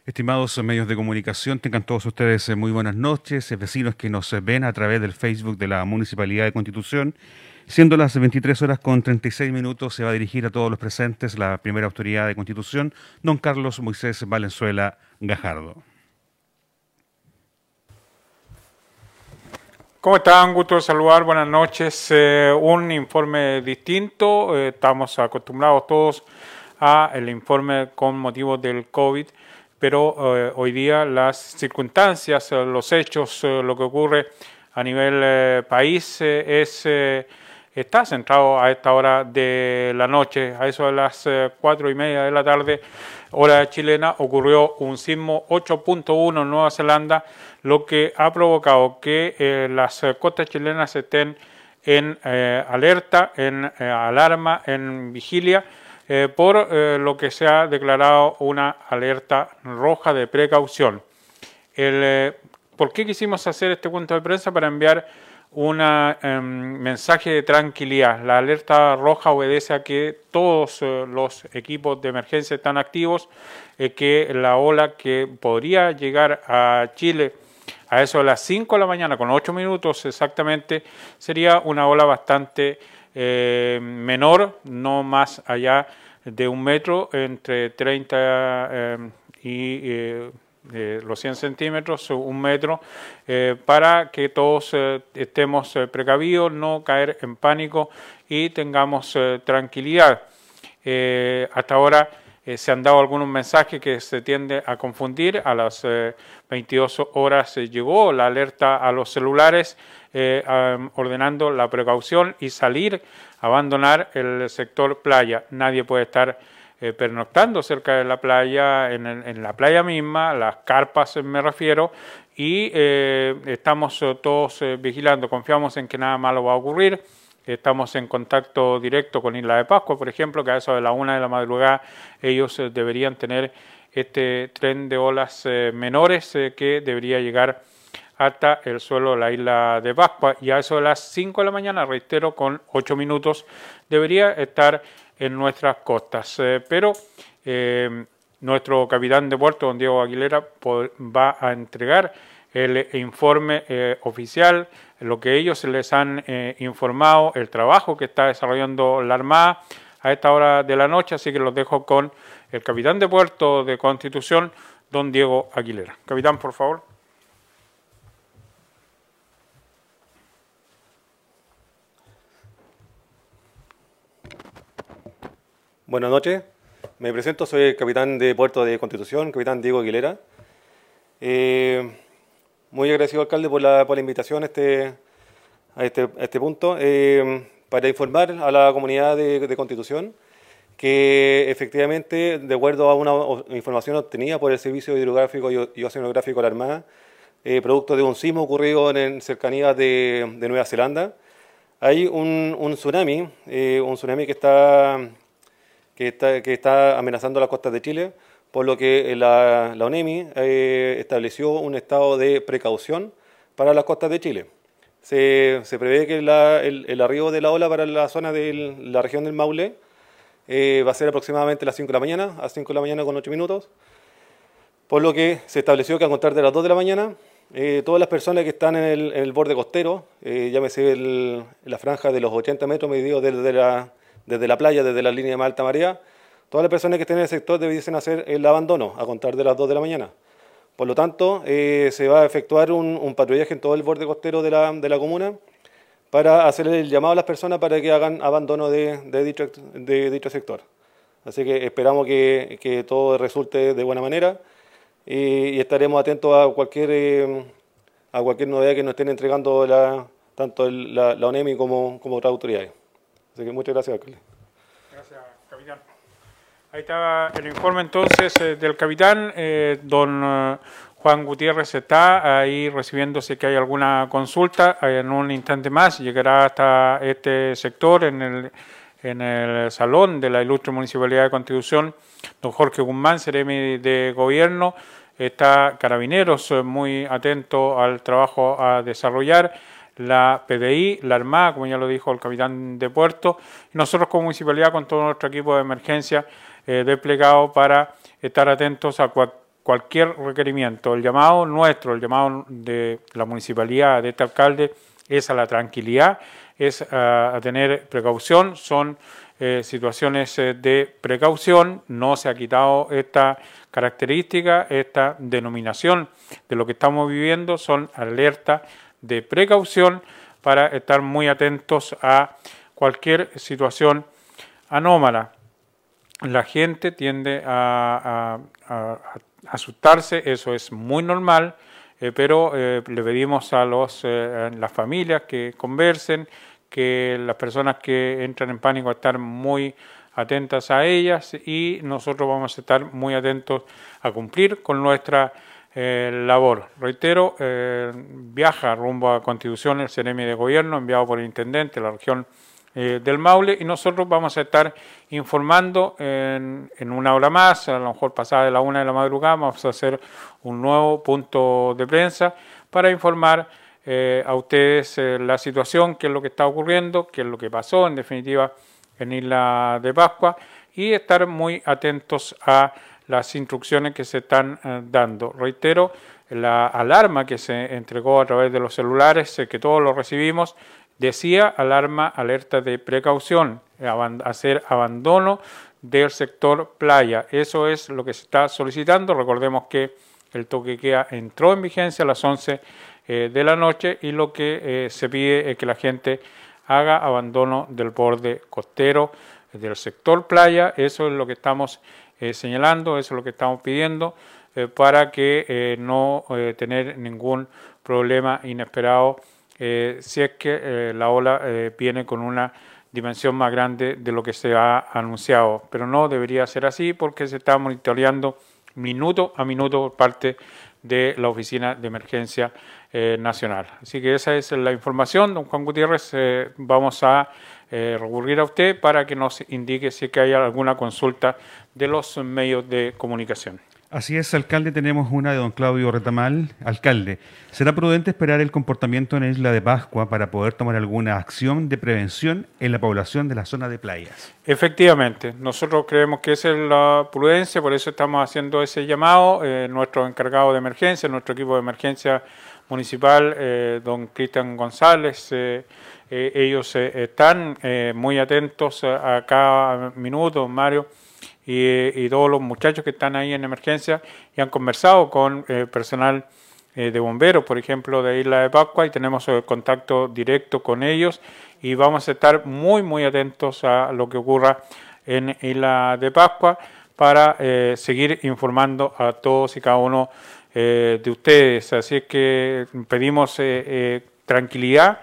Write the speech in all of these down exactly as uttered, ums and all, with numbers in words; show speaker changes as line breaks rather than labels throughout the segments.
Estimados medios de comunicación, tengan todos ustedes eh, muy buenas noches, eh, vecinos que nos eh, ven a través del Facebook de la Municipalidad de Constitución. Siendo las veintitrés horas con treinta y seis minutos, se va a dirigir a todos los presentes la primera autoridad de Constitución, don Carlos Moisés Valenzuela Gajardo.
¿Cómo están? Gusto de saludar, buenas noches. Eh, un informe distinto, eh, estamos acostumbrados todos al informe con motivo del COVID, pero eh, hoy día las circunstancias, eh, los hechos, eh, lo que ocurre a nivel eh, país eh, es, eh, está centrado a esta hora de la noche, a eso de las eh, cuatro y media de la tarde, hora chilena, ocurrió un sismo ocho punto uno en Nueva Zelanda, lo que ha provocado que eh, las costas chilenas estén en eh, alerta, en eh, alarma, en vigilia, eh, por eh, lo que se ha declarado una alerta roja de precaución. El, eh, ¿Por qué quisimos hacer este punto de prensa? Para enviar un eh, mensaje de tranquilidad. La alerta roja obedece a que todos eh, los equipos de emergencia están activos, eh, que la ola que podría llegar a Chile a eso de las cinco de la mañana, con ocho minutos exactamente, sería una ola bastante eh, menor, no más allá de un metro, entre treinta eh, y eh, eh, los cien centímetros, un metro, eh, para que todos eh, estemos eh, precavidos, no caer en pánico y tengamos eh, tranquilidad. Eh, hasta ahora Eh, se han dado algunos mensajes que se tiende a confundir. A las eh, veintidós horas eh, llegó la alerta a los celulares eh, um, ordenando la precaución y salir, abandonar el sector playa. Nadie puede estar eh, pernoctando cerca de la playa, en, el, en la playa misma, las carpas me refiero, y eh, estamos eh, todos eh, vigilando. Confiamos en que nada malo va a ocurrir. Estamos en contacto directo con Isla de Pascua, por ejemplo, que a eso de la una de la madrugada ellos eh, deberían tener este tren de olas eh, menores eh, que debería llegar hasta el suelo de la Isla de Pascua, y a eso de las cinco de la mañana, reitero, con ocho minutos, debería estar en nuestras costas. Eh, pero eh, nuestro capitán de puerto, don Diego Aguilera, va a entregar el informe eh, oficial, lo que ellos les han eh, informado, el trabajo que está desarrollando la Armada a esta hora de la noche, así que los dejo con el capitán de puerto de Constitución, don Diego Aguilera. Capitán, por favor.
Buenas noches, me presento, soy el capitán de puerto de Constitución, capitán Diego Aguilera. Eh, Muy agradecido, alcalde, por la, por la invitación a este, a este, a este punto, eh, para informar a la comunidad de, de Constitución que efectivamente, de acuerdo a una información obtenida por el Servicio Hidrográfico y Oceanográfico de la Armada, eh, producto de un sismo ocurrido en, en cercanías de, de Nueva Zelanda, hay un, un tsunami, eh, un tsunami que está, que, está, que está amenazando las costas de Chile, por lo que la, la ONEMI eh, estableció un estado de precaución para las costas de Chile. Se, se prevé que la, el, el arribo de la ola para la zona de la región del Maule eh, va a ser aproximadamente a las cinco de la mañana, a las cinco de la mañana con ocho minutos, por lo que se estableció que a contar de las dos de la mañana, eh, todas las personas que están en el, en el borde costero, eh, llámese el, la franja de los ochenta metros medidos desde la, desde la playa, desde la línea de más alta marea, todas las personas que estén en el sector debiesen hacer el abandono a contar de las dos de la mañana. Por lo tanto, eh, se va a efectuar un, un patrullaje en todo el borde costero de la, de la comuna para hacer el llamado a las personas para que hagan abandono de, de, dicho, de dicho sector. Así que esperamos que, que todo resulte de buena manera y, y estaremos atentos a cualquier, eh, a cualquier novedad que nos estén entregando la, tanto el, la, la ONEMI como, como otras autoridades. Así que muchas gracias, alcalde.
Gracias, capitán. Ahí está el informe entonces eh, del capitán. Eh, don eh, Juan Gutiérrez está ahí recibiendo si que hay alguna consulta. En un instante más llegará hasta este sector en el, en el salón de la ilustre Municipalidad de Constitución. Don Jorge Guzmán, seremi de Gobierno, está Carabineros eh, muy atento al trabajo a desarrollar. La P D I, la Armada, como ya lo dijo el capitán de puerto, y nosotros como municipalidad con todo nuestro equipo de emergencia eh, desplegado para estar atentos a cualquier cualquier requerimiento. El llamado nuestro, el llamado de la municipalidad, de este alcalde, es a la tranquilidad, es a, a tener precaución, son eh, situaciones eh, de precaución, no se ha quitado esta característica, esta denominación de lo que estamos viviendo, son alertas de precaución para estar muy atentos a cualquier situación anómala. La gente tiende a, a, a, a asustarse, eso es muy normal, eh, pero eh, le pedimos a, los, eh, a las familias que conversen, que las personas que entran en pánico a estar muy atentas a ellas y nosotros vamos a estar muy atentos a cumplir con nuestra eh, labor. Reitero, eh, viaja rumbo a Constitución el Ceremi de Gobierno enviado por el Intendente de la región eh, del Maule y nosotros vamos a estar informando en, en una hora más, a lo mejor pasada de la una de la madrugada, vamos a hacer un nuevo punto de prensa para informar eh, a ustedes eh, la situación, qué es lo que está ocurriendo, qué es lo que pasó en definitiva en Isla de Pascua y estar muy atentos a las instrucciones que se están eh, dando. Reitero, la alarma que se entregó a través de los celulares, eh, que todos lo recibimos, decía alarma, alerta de precaución, aband- hacer abandono del sector playa. Eso es lo que se está solicitando. Recordemos que el toque de queda entró en vigencia a las once eh, de la noche y lo que eh, se pide es que la gente haga abandono del borde costero del sector playa. Eso es lo que estamos eh, señalando, eso es lo que estamos pidiendo eh, para que eh, no eh, tener ningún problema inesperado eh, si es que eh, la ola eh, viene con una dimensión más grande de lo que se ha anunciado. Pero no debería ser así porque se está monitoreando minuto a minuto por parte de la Oficina de Emergencia eh, Nacional. Así que esa es la información. Don Juan Gutiérrez, eh, vamos a eh, recurrir a usted para que nos indique si es que hay alguna consulta de los medios de comunicación.
Así es, alcalde, tenemos una de don Claudio Retamal. Alcalde, ¿será prudente esperar el comportamiento en la Isla de Pascua para poder tomar alguna acción de prevención en la población de la zona de playas?
Efectivamente, nosotros creemos que esa es la prudencia, por eso estamos haciendo ese llamado. Eh, nuestro encargado de emergencia, nuestro equipo de emergencia municipal, eh, don Cristian González, eh, eh, ellos eh, están eh, muy atentos a, a cada minuto, Mario, y, y todos los muchachos que están ahí en emergencia y han conversado con eh, personal eh, de bomberos, por ejemplo, de Isla de Pascua y tenemos eh, contacto directo con ellos y vamos a estar muy, muy atentos a lo que ocurra en Isla de Pascua para eh, seguir informando a todos y cada uno eh, de ustedes. Así es que pedimos eh, eh, tranquilidad.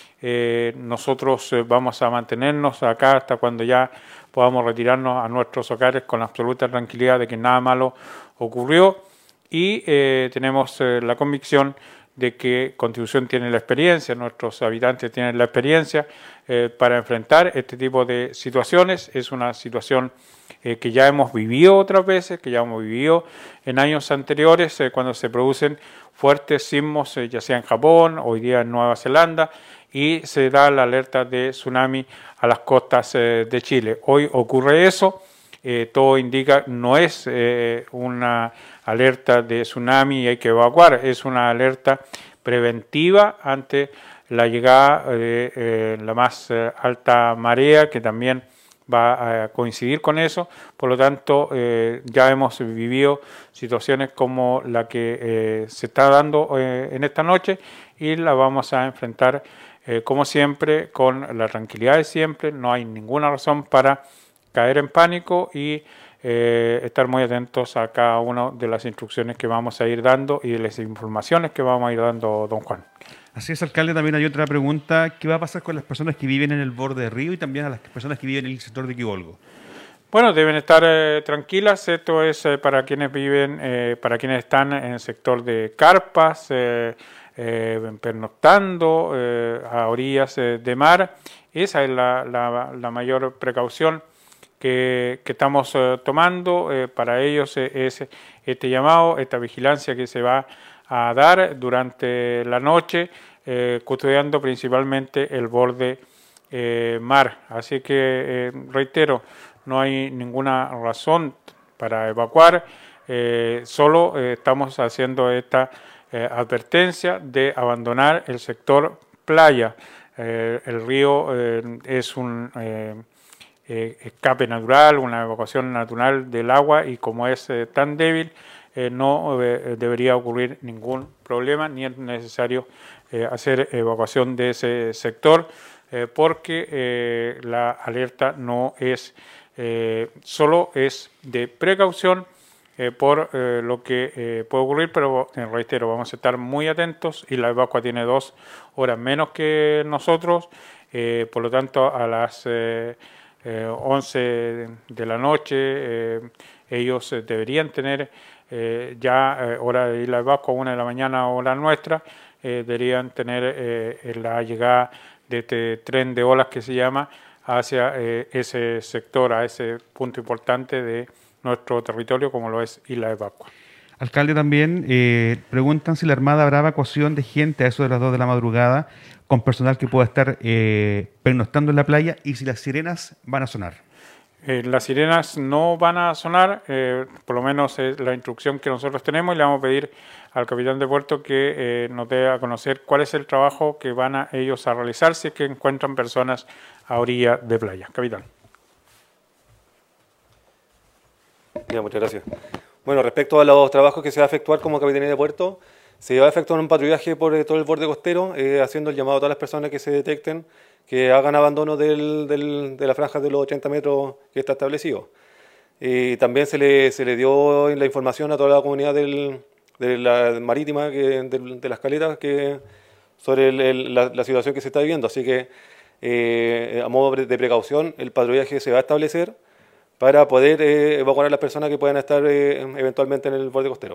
Eh, nosotros eh, vamos a mantenernos acá hasta cuando ya podamos retirarnos a nuestros hogares con la absoluta tranquilidad de que nada malo ocurrió y eh, tenemos eh, la convicción de que Constitución tiene la experiencia, nuestros habitantes tienen la experiencia eh, para enfrentar este tipo de situaciones. Es una situación eh, que ya hemos vivido otras veces, que ya hemos vivido en años anteriores eh, cuando se producen fuertes sismos, eh, ya sea en Japón, hoy día en Nueva Zelanda, y se da la alerta de tsunami a las costas eh, de Chile. Hoy ocurre eso, eh, todo indica, no es eh, una alerta de tsunami y hay que evacuar, es una alerta preventiva ante la llegada de eh, la más eh, alta marea, que también va a coincidir con eso. Por lo tanto, eh, ya hemos vivido situaciones como la que eh, se está dando eh, en esta noche y la vamos a enfrentar Eh, como siempre, con la tranquilidad de siempre. No hay ninguna razón para caer en pánico y eh, estar muy atentos a cada una de las instrucciones que vamos a ir dando y de las informaciones que vamos a ir dando, don Juan.
Así es, alcalde. También hay otra pregunta. ¿Qué va a pasar con las personas que viven en el borde del río y también a las personas que viven en el sector de Quibolgo?
Bueno, deben estar eh, tranquilas. Esto es eh, para quienes viven, eh, para quienes están en el sector de carpas, eh, Eh, pernoctando eh, a orillas eh, de mar. Esa es la, la, la mayor precaución que, que estamos eh, tomando. Eh, para ellos eh, es este llamado, esta vigilancia que se va a dar durante la noche, eh, custodiando principalmente el borde eh, mar. Así que, eh, reitero, no hay ninguna razón para evacuar. eh, solo eh, estamos haciendo esta eh, advertencia de abandonar el sector playa. Eh, el río eh, es un eh, eh, escape natural, una evacuación natural del agua, y como es eh, tan débil, eh, no eh, debería ocurrir ningún problema, ni es necesario eh, hacer evacuación de ese sector, eh, porque eh, la alerta no es, eh, solo es de precaución eh, por eh, lo que eh, puede ocurrir, pero eh, reitero, vamos a estar muy atentos, y la evacua tiene dos horas menos que nosotros, eh, por lo tanto a las eh, eh, once de la noche eh, ellos eh, deberían tener eh, ya eh, hora de ir a la evacua, una de la mañana hora nuestra, eh, deberían tener eh, la llegada de este tren de olas que se llama hacia eh, ese sector, a ese punto importante de nuestro territorio como lo es Isla de Pascua.
Alcalde, también eh, preguntan si la Armada habrá evacuación de gente a eso de las dos de la madrugada con personal que pueda estar eh, pernoctando en la playa, y si las sirenas van a sonar.
Eh, las sirenas no van a sonar, eh, por lo menos es la instrucción que nosotros tenemos, y le vamos a pedir al capitán de puerto que eh, nos dé a conocer cuál es el trabajo que van a ellos a realizar si es que encuentran personas a orilla de playa. Capitán.
Ya, muchas gracias. Bueno, respecto a los trabajos que se va a efectuar como Capitanía de Puerto, se va a efectuar un patrullaje por todo el borde costero, eh, haciendo el llamado a todas las personas que se detecten que hagan abandono del, del, de la franja de los ochenta metros que está establecido. Y también se le, se le dio la información a toda la comunidad del, de la marítima, que, de, de las caletas, que, sobre el, el, la, la situación que se está viviendo. Así que, eh, a modo de precaución, el patrullaje se va a establecer para poder eh, evacuar a las personas que puedan estar eh, eventualmente en el borde costero.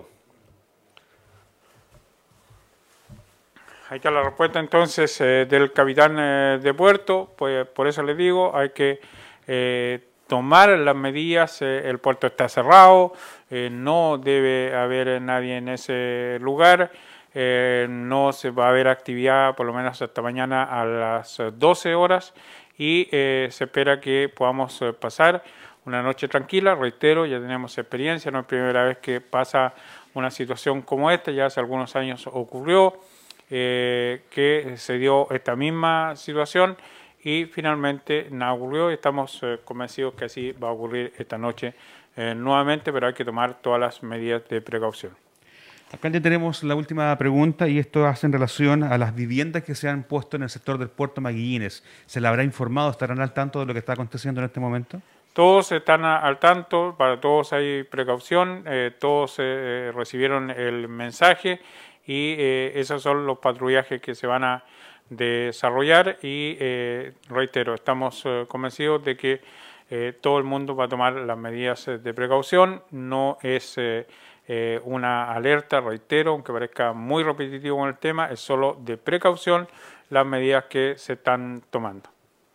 Ahí está la respuesta entonces eh, del capitán eh, de puerto. Pues por eso les digo, hay que eh, tomar las medidas. Eh, el puerto está cerrado, eh, no debe haber nadie en ese lugar, eh, no se va a haber actividad por lo menos hasta mañana a las doce horas, y eh, se espera que podamos eh, pasar una noche tranquila. Reitero, ya tenemos experiencia, no es primera vez que pasa una situación como esta, ya hace algunos años ocurrió. Eh, que se dio esta misma situación y finalmente nada ocurrió, y estamos eh, convencidos que así va a ocurrir esta noche eh, nuevamente, pero hay que tomar todas las medidas de precaución.
Alcalde, tenemos la última pregunta, y esto hace en relación a las viviendas que se han puesto en el sector del puerto Maguillines. ¿Se le habrá informado, estarán al tanto de lo que está aconteciendo en este momento?
Todos están a, al tanto, para todos hay precaución, eh, todos eh, recibieron el mensaje, y eh, esos son los patrullajes que se van a desarrollar, y eh, reitero, estamos eh, convencidos de que eh, todo el mundo va a tomar las medidas de precaución. No es eh, eh, una alerta, reitero, aunque parezca muy repetitivo con el tema, es solo de precaución las medidas que se están tomando.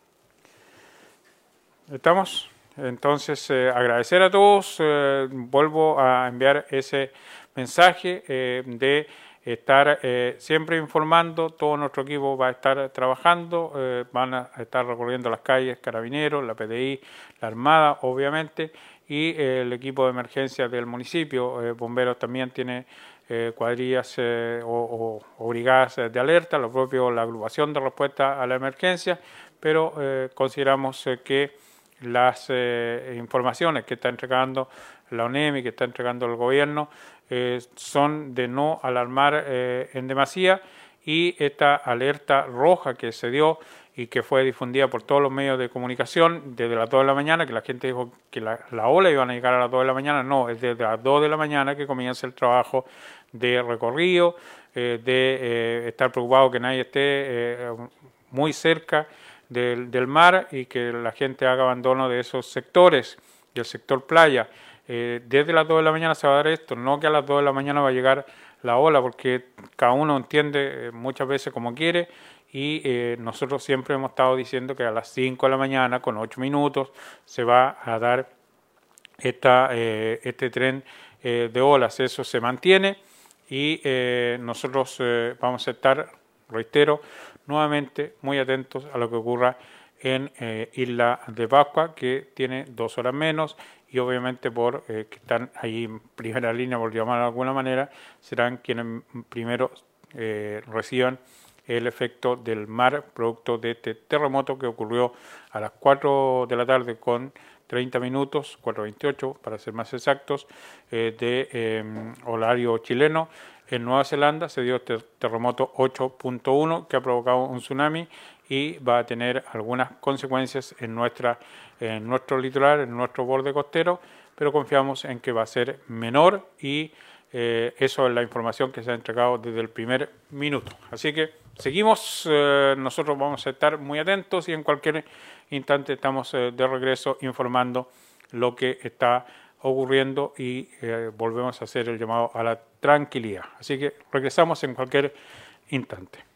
¿Estamos? Entonces, eh, agradecer a todos, eh, vuelvo a enviar ese mensaje eh, de estar eh, siempre informando. Todo nuestro equipo va a estar trabajando, eh, van a estar recorriendo las calles, carabineros, la P D I, la Armada, obviamente, y eh, el equipo de emergencia del municipio, eh, bomberos también tiene eh, cuadrillas eh, o, o, o brigadas de alerta, lo propio la agrupación de respuesta a la emergencia, pero eh, consideramos eh, que las eh, informaciones que está entregando la ONEMI, que está entregando el gobierno, eh, son de no alarmar eh, en demasía, y esta alerta roja que se dio y que fue difundida por todos los medios de comunicación desde las dos de la mañana, que la gente dijo que la, la ola iban a llegar a las dos de la mañana, no, es desde las dos de la mañana que comienza el trabajo de recorrido, eh, de eh, estar preocupado que nadie esté eh, muy cerca Del, del mar, y que la gente haga abandono de esos sectores, del sector playa. Eh, desde las dos de la mañana se va a dar esto, no que a las dos de la mañana va a llegar la ola, porque cada uno entiende eh, muchas veces como quiere, y eh, nosotros siempre hemos estado diciendo que a las cinco de la mañana, con ocho minutos, se va a dar esta, eh, este tren eh, de olas. Eso se mantiene, y eh, nosotros eh, vamos a estar, reitero, nuevamente muy atentos a lo que ocurra en eh, Isla de Pascua, que tiene dos horas menos, y obviamente por eh, que están ahí en primera línea, por llamarlo de alguna manera, serán quienes primero eh, reciban el efecto del mar producto de este terremoto que ocurrió a las cuatro de la tarde con treinta minutos, cuatro veintiocho para ser más exactos, eh, de eh, horario chileno. En Nueva Zelanda se dio este terremoto ocho punto uno que ha provocado un tsunami y va a tener algunas consecuencias en, nuestra, en nuestro litoral, en nuestro borde costero, pero confiamos en que va a ser menor y eh, eso es la información que se ha entregado desde el primer minuto. Así que seguimos, eh, nosotros vamos a estar muy atentos y en cualquier instante estamos eh, de regreso informando lo que está ocurriendo y eh, volvemos a hacer el llamado a la tranquilidad. Así que regresamos en cualquier instante.